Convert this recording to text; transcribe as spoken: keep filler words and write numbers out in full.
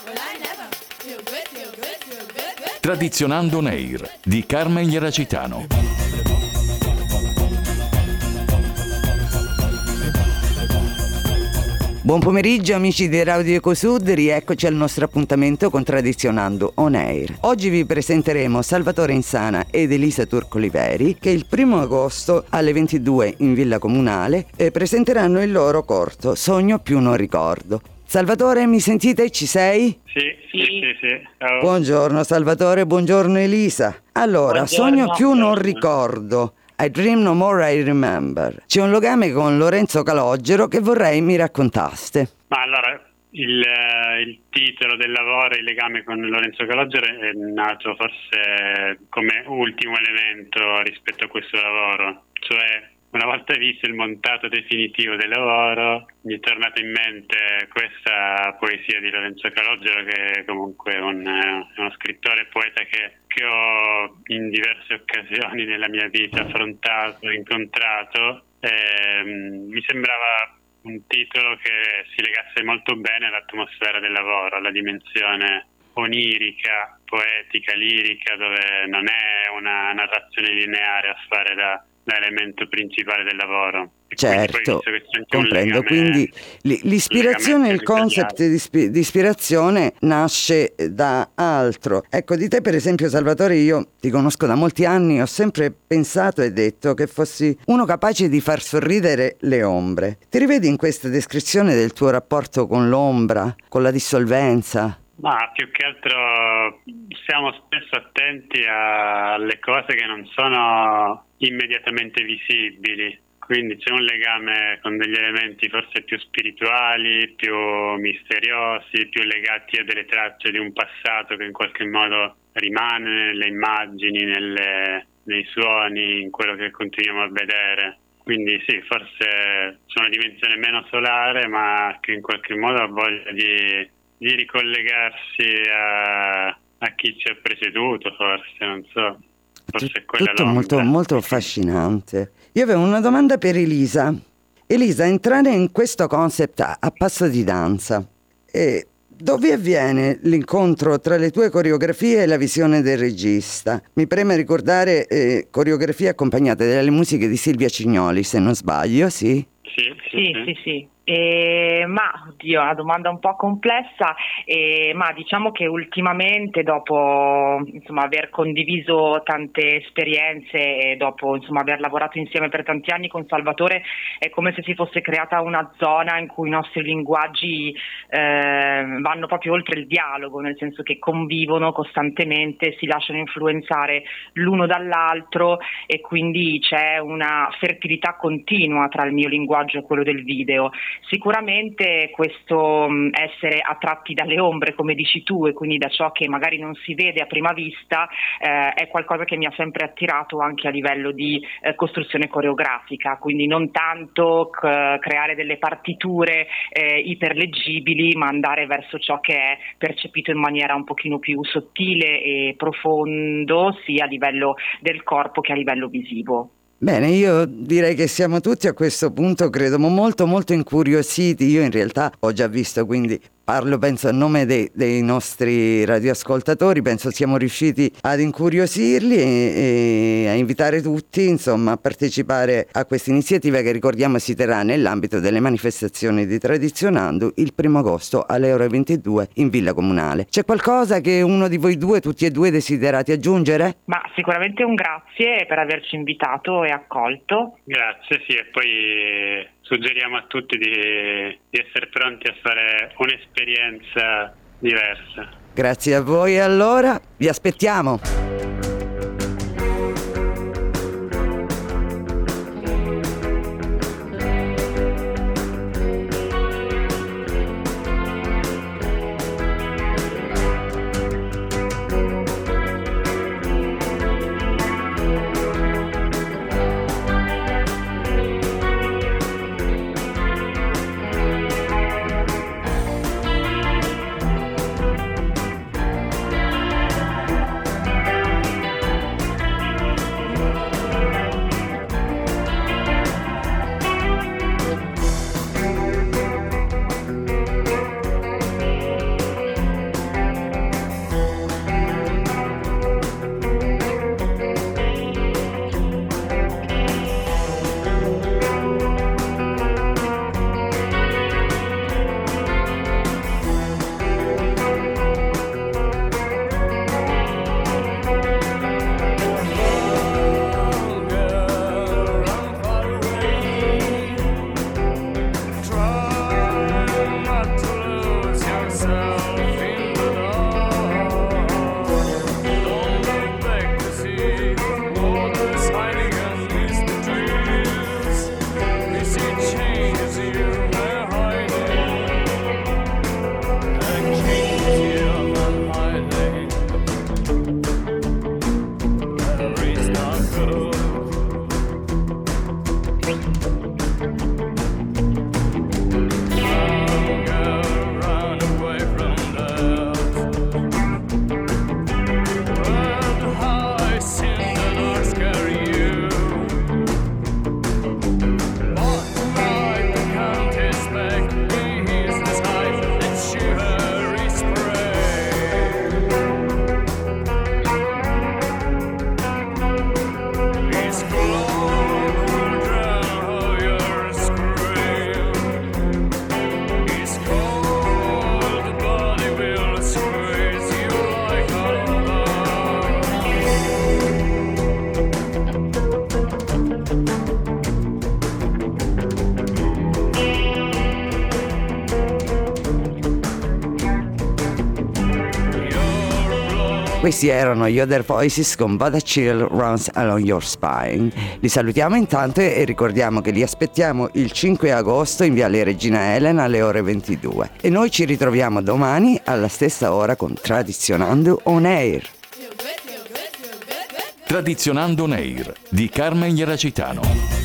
Tradizionando on Air di Carmen Ieracitano. Buon pomeriggio amici di Radio Ecosud, rieccoci al nostro appuntamento con Tradizionando on Air. Oggi vi presenteremo Salvatore Insana ed Elisa Turcoliveri che il primo agosto alle ventidue in Villa Comunale eh, presenteranno il loro corto Sogno più non ricordo. Salvatore, mi sentite? Ci sei? Sì, sì, sì, sì. Ciao. Buongiorno Salvatore, buongiorno Elisa. Allora, Buongiorno. Sogno più non ricordo. I Dream No More I Remember. C'è un legame con Lorenzo Calogero che vorrei mi raccontaste. Ma allora, il, il titolo del lavoro, il legame con Lorenzo Calogero, è nato forse come ultimo elemento rispetto a questo lavoro. Cioè, una volta visto il montato definitivo del lavoro, mi è tornata in mente questa poesia di Lorenzo Calogero, che comunque è un, è uno scrittore e poeta che, che ho in diverse occasioni nella mia vita affrontato, incontrato. E, um, mi sembrava un titolo che si legasse molto bene all'atmosfera del lavoro, alla dimensione onirica, poetica, lirica, dove non è una narrazione lineare a fare da da elemento principale del lavoro. Certo, comprendo. Quindi l'ispirazione, il concept di, ispi- di ispirazione nasce da altro. Ecco, di te per esempio Salvatore, io ti conosco da molti anni, ho sempre pensato e detto che fossi uno capace di far sorridere le ombre. Ti rivedi in questa descrizione del tuo rapporto con l'ombra, con la dissolvenza? Ma più che altro siamo spesso attenti alle cose che non sono immediatamente visibili, quindi c'è un legame con degli elementi forse più spirituali, più misteriosi, più legati a delle tracce di un passato che in qualche modo rimane nelle immagini, nelle, nei suoni, in quello che continuiamo a vedere. Quindi sì, forse c'è una dimensione meno solare, ma che in qualche modo ha voglia di di ricollegarsi a, a chi ci ha preceduto, forse, non so. Forse è quella tutto l'ombra. molto, molto affascinante. Io avevo una domanda per Elisa. Elisa, entrare in questo concept a, a passo di danza, e dove avviene l'incontro tra le tue coreografie e la visione del regista? Mi preme ricordare eh, coreografie accompagnate dalle musiche di Silvia Cignoli, se non sbaglio, sì? Sì, sì, Sì, sì. sì, sì. Eh, ma oddio, è una domanda un po' complessa, eh, ma diciamo che ultimamente, dopo insomma aver condiviso tante esperienze e dopo insomma aver lavorato insieme per tanti anni con Salvatore, è come se si fosse creata una zona in cui i nostri linguaggi eh, vanno proprio oltre il dialogo, nel senso che convivono costantemente, si lasciano influenzare l'uno dall'altro e quindi c'è una fertilità continua tra il mio linguaggio e quello del video. Sicuramente questo mh, essere attratti dalle ombre, come dici tu, e quindi da ciò che magari non si vede a prima vista, eh, è qualcosa che mi ha sempre attirato anche a livello di eh, costruzione coreografica, quindi non tanto c- creare delle partiture eh, iperleggibili, ma andare verso ciò che è percepito in maniera un pochino più sottile e profondo, sia a livello del corpo che a livello visivo. Bene, io direi che siamo tutti a questo punto, credo, molto molto incuriositi. Io in realtà ho già visto, quindi parlo penso a nome dei, dei nostri radioascoltatori, penso siamo riusciti ad incuriosirli e, e a invitare tutti insomma a partecipare a questa iniziativa che ricordiamo si terrà nell'ambito delle manifestazioni di Tradizionando il primo agosto alle ore ventidue in Villa Comunale. C'è qualcosa che uno di voi due, tutti e due, desiderate aggiungere? Ma sicuramente un grazie per averci invitato e accolto. Grazie, sì, e poi suggeriamo a tutti di, di essere pronti a fare un'esperienza diversa. Grazie a voi, allora vi aspettiamo. Questi erano gli Other Voices con But a Chill Runs Along Your Spine. Li salutiamo intanto e ricordiamo che li aspettiamo il cinque agosto in Viale Regina Elena alle ore ventidue. E noi ci ritroviamo domani alla stessa ora con Tradizionando On Air. Tradizionando On Air di Carmen Yaracitano.